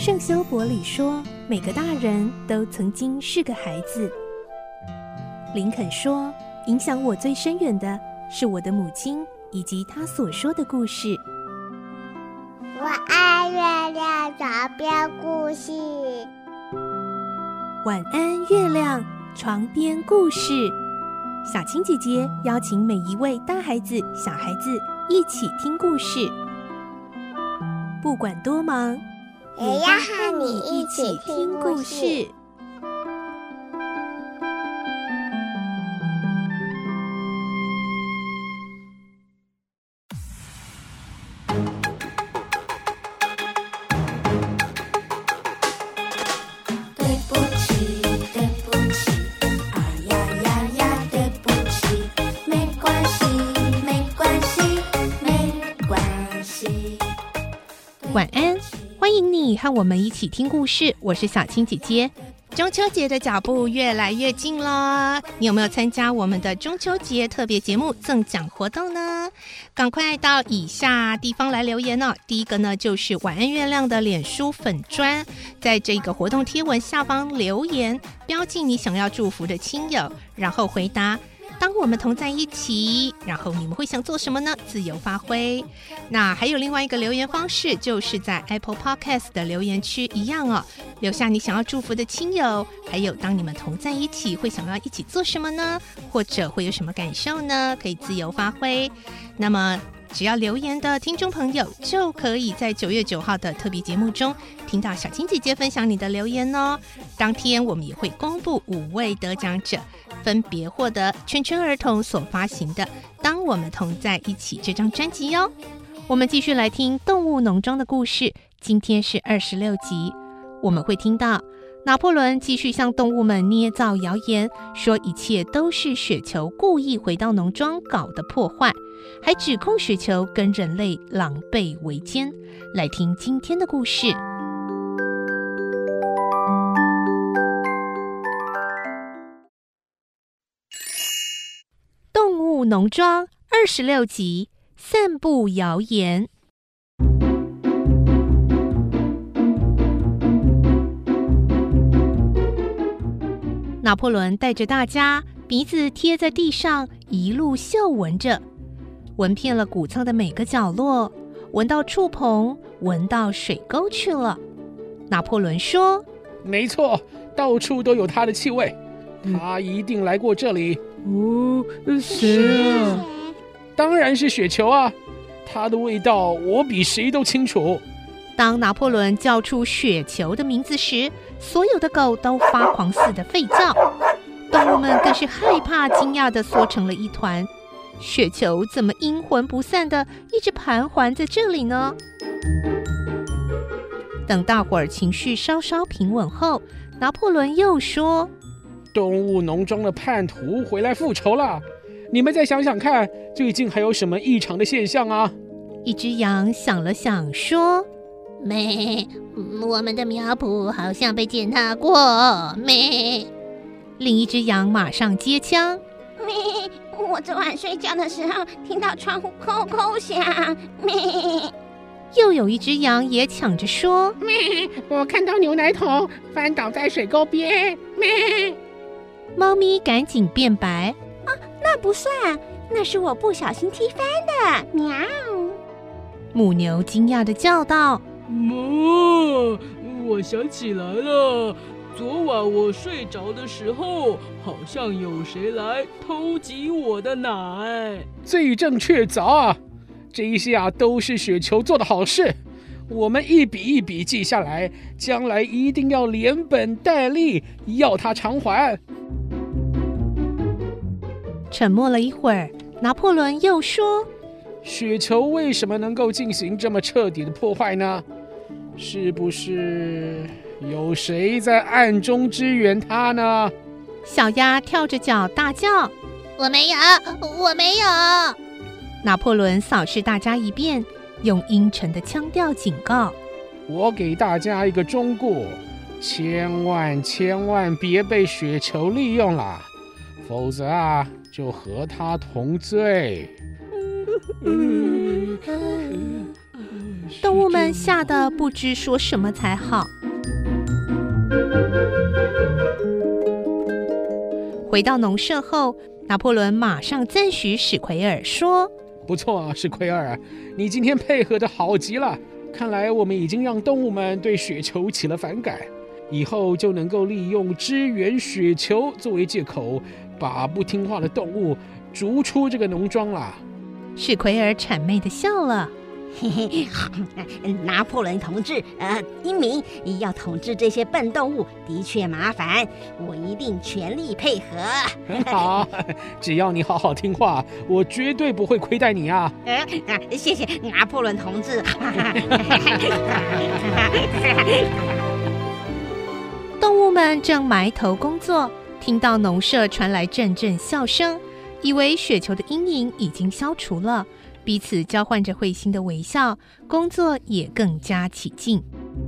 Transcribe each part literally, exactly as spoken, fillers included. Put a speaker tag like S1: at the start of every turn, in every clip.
S1: 圣修伯里说，每个大人都曾经是个孩子。林肯说，影响我最深远的是我的母亲以及她所说的故事。
S2: 我爱月亮床边故事。
S1: 晚安，月亮床边故事。小青姐姐邀请每一位大孩子、小孩子一起听故事，不管多忙，
S2: 也要和你一起听故事。
S1: 晚安，欢迎你和我们一起听故事，我是小青姐姐。中秋节的脚步越来越近了，你有没有参加我们的中秋节特别节目赠奖活动呢？赶快到以下地方来留言哦。第一个呢，就是晚安月亮的脸书粉专，在这个活动贴文下方留言，标记你想要祝福的亲友，然后回答当我们同在一起，然后你们会想做什么呢？自由发挥。那还有另外一个留言方式，就是在 Apple Podcast 的留言区一样哦，留下你想要祝福的亲友，还有当你们同在一起会想要一起做什么呢？或者会有什么感受呢？可以自由发挥。那么只要留言的听众朋友，就可以在九月九号的特别节目中听到小青姐姐分享你的留言哦。当天我们也会公布五位得奖者，分别获得圈圈儿童所发行的《当我们同在一起》这张专辑哟。我们继续来听动物农庄的故事，今天是二十六集。我们会听到拿破仑继续向动物们捏造谣言，说一切都是雪球故意回到农庄搞的破坏，还指控雪球跟人类狼狈为奸。来听今天的故事。动物农庄二十六集，散布谣言。拿破仑带着大家鼻子贴在地上，一路嗅闻着，闻遍了谷仓的每个角落，闻到触棚，闻到水沟去了。拿破仑说：
S3: 没错，到处都有他的气味，他一定来过这里。
S4: 哦，谁啊？
S3: 当然是雪球啊，他的味道我比谁都清楚。
S1: 当拿破仑叫出雪球的名字时，所有的狗都发狂似的吠叫，动物们更是害怕惊讶地缩成了一团。雪球怎么阴魂不散地一直盘桓在这里呢？等大伙儿情绪稍稍平稳后，拿破仑又说：
S3: 动物农庄的叛徒回来复仇了，你们再想想看，最近还有什么异常的现象啊？
S1: 一只羊想了想说：
S5: 咩，我们的苗圃好像被践踏过。咩。
S1: 另一只羊马上接枪：
S5: 咩，我昨晚睡觉的时候听到窗户叩叩响。咩。
S1: 又有一只羊也抢着说：
S6: 咩，我看到牛奶桶翻倒在水沟边。咩。
S1: 猫咪赶紧辩白：
S5: 啊，那不算，那是我不小心踢翻的。喵。
S1: 母牛惊讶地叫道：
S4: 母，我想起来了，昨晚我睡着的时候，好像有谁来偷挤我的奶。
S3: 罪证确凿啊，这一些啊都是雪球做的好事，我们一笔一笔记下来，将来一定要连本带利，要他偿还。
S1: 沉默了一会儿，拿破仑又说：
S3: 雪球为什么能够进行这么彻底的破坏呢？是不是有谁在暗中支援他呢？
S1: 小鸭跳着脚大叫：
S5: 我没有，我没有。
S1: 拿破仑扫视大家一遍，用阴沉的腔调警告：
S3: 我给大家一个忠告，千万千万别被雪球利用了，否则啊就和他同罪。
S1: 动物们吓得不知说什么才好。回到农舍后，拿破仑马上赞许史奎尔说：
S3: 不错啊，史奎尔，你今天配合得好极了。看来我们已经让动物们对雪球起了反感，以后就能够利用支援雪球作为借口，把不听话的动物逐出这个农庄啦。
S1: 史奎尔谄媚地笑了。
S5: 嘿嘿，拿破仑同志，呃，英明要统治这些笨动物的确麻烦，我一定全力配合。
S3: 很好，只要你好好听话，我绝对不会亏待你啊！
S5: 呃，谢谢拿破仑同志。
S1: 动物们正埋头工作，听到农舍传来阵阵笑声，以为雪球的阴影已经消除了。彼此交换着会心的微笑，工作也更加起劲。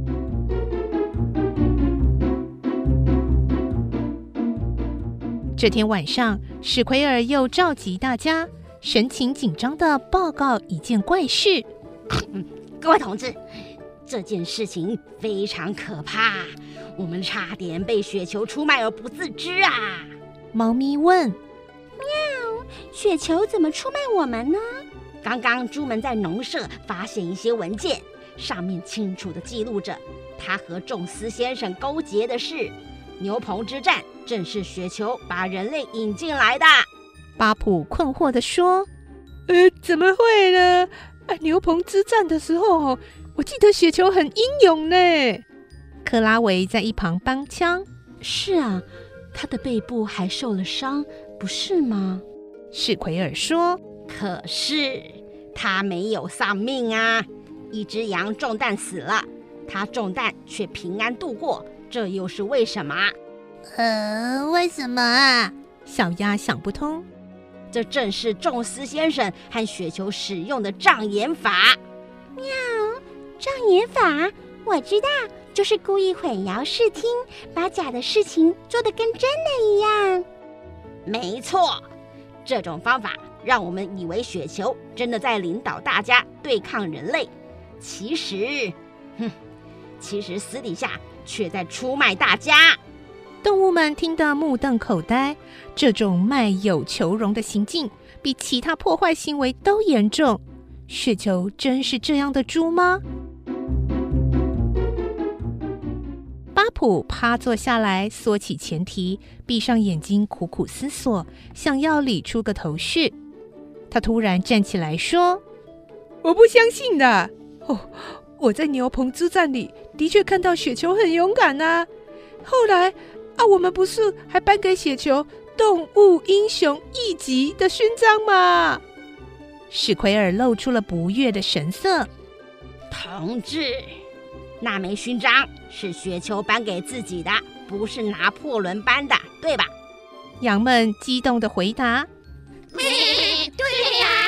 S1: 这天晚上，史奎尔又召集大家，神情紧张地报告一件怪事。
S5: 各位同志，这件事情非常可怕，我们差点被雪球出卖而不自知啊！
S1: 猫咪问：
S5: 喵，雪球怎么出卖我们呢？刚刚猪们在农舍发现一些文件，上面清楚地记录着他和仲斯先生勾结的事。牛棚之战正是雪球把人类引进来的。
S1: 巴普困惑地说：
S4: 呃，怎么会呢？啊，牛棚之战的时候，我记得雪球很英勇呢。
S1: 克拉维在一旁帮腔：
S5: 是啊，他的背部还受了伤，不是吗？
S1: 史奎尔说：
S5: 可是他没有丧命啊！一只羊中弹死了，他中弹却平安度过，这又是为什么？
S2: 呃，为什么啊？
S1: 小鸭想不通。
S5: 这正是仲斯先生和雪球使用的障眼法。喵，障眼法，我知道，就是故意混淆视听，把假的事情做得跟真的一样。没错，这种方法让我们以为雪球真的在领导大家对抗人类，其实，哼，其实私底下却在出卖大家。
S1: 动物们听得目瞪口呆，这种卖友求荣的行径，比其他破坏行为都严重。雪球真是这样的猪吗？巴普趴坐下来，缩起前蹄，闭上眼睛，苦苦思索，想要理出个头绪。他突然站起来说：
S4: 我不相信的。哦，我在牛棚之战里的确看到雪球很勇敢啊。后来啊，我们不是还颁给雪球动物英雄一级的勋章吗？
S1: 史奎尔露出了不悦的神色。
S5: 同志，那枚勋章是雪球颁给自己的，不是拿破仑颁的，对吧？
S1: 羊们激动地回答：
S5: 对呀、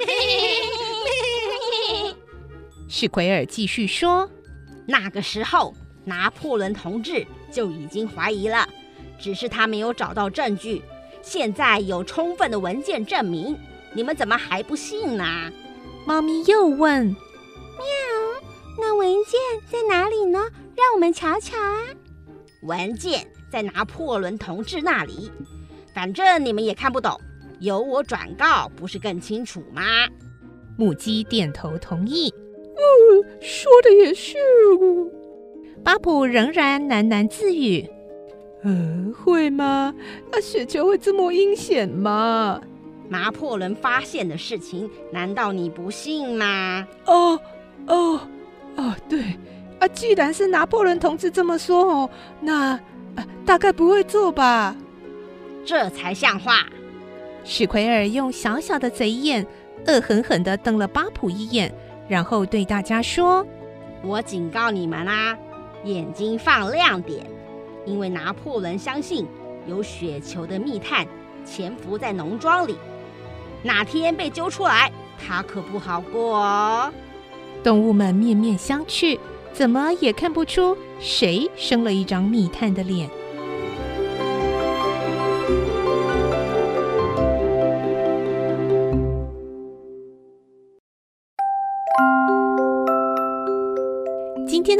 S5: 啊！
S1: 史奎尔继续说：
S5: 那个时候拿破仑同志就已经怀疑了，只是他没有找到证据。现在有充分的文件证明，你们怎么还不信呢？
S1: 猫咪又问：
S5: 喵，那文件在哪里呢？让我们瞧瞧啊！文件在拿破仑同志那里，反正你们也看不懂，由我转告不是更清楚吗？
S1: 母鸡点头同意。
S4: 哦，说的也是。
S1: 巴普仍然喃喃自语：
S4: 呃，会吗？啊，雪球会这么阴险吗？
S5: 拿破仑发现的事情，难道你不信吗？
S4: 哦哦哦，对啊，既然是拿破仑同志这么说哦，那、啊、大概不会做吧？
S5: 这才像话。
S1: 史奎尔用小小的贼眼恶狠狠地瞪了巴普一眼，然后对大家说：
S5: 我警告你们啊，眼睛放亮点，因为拿破仑相信有雪球的密探潜伏在农庄里，哪天被揪出来，他可不好过哦。
S1: 动物们面面相觑，怎么也看不出谁生了一张密探的脸。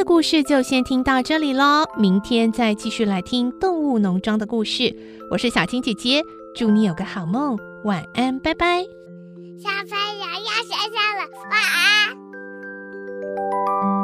S1: 的故事就先听到这里咯，明天再继续来听动物农庄的故事。我是小青姐姐，祝你有个好梦，晚安，拜拜。
S2: 小朋友要睡觉了，晚安。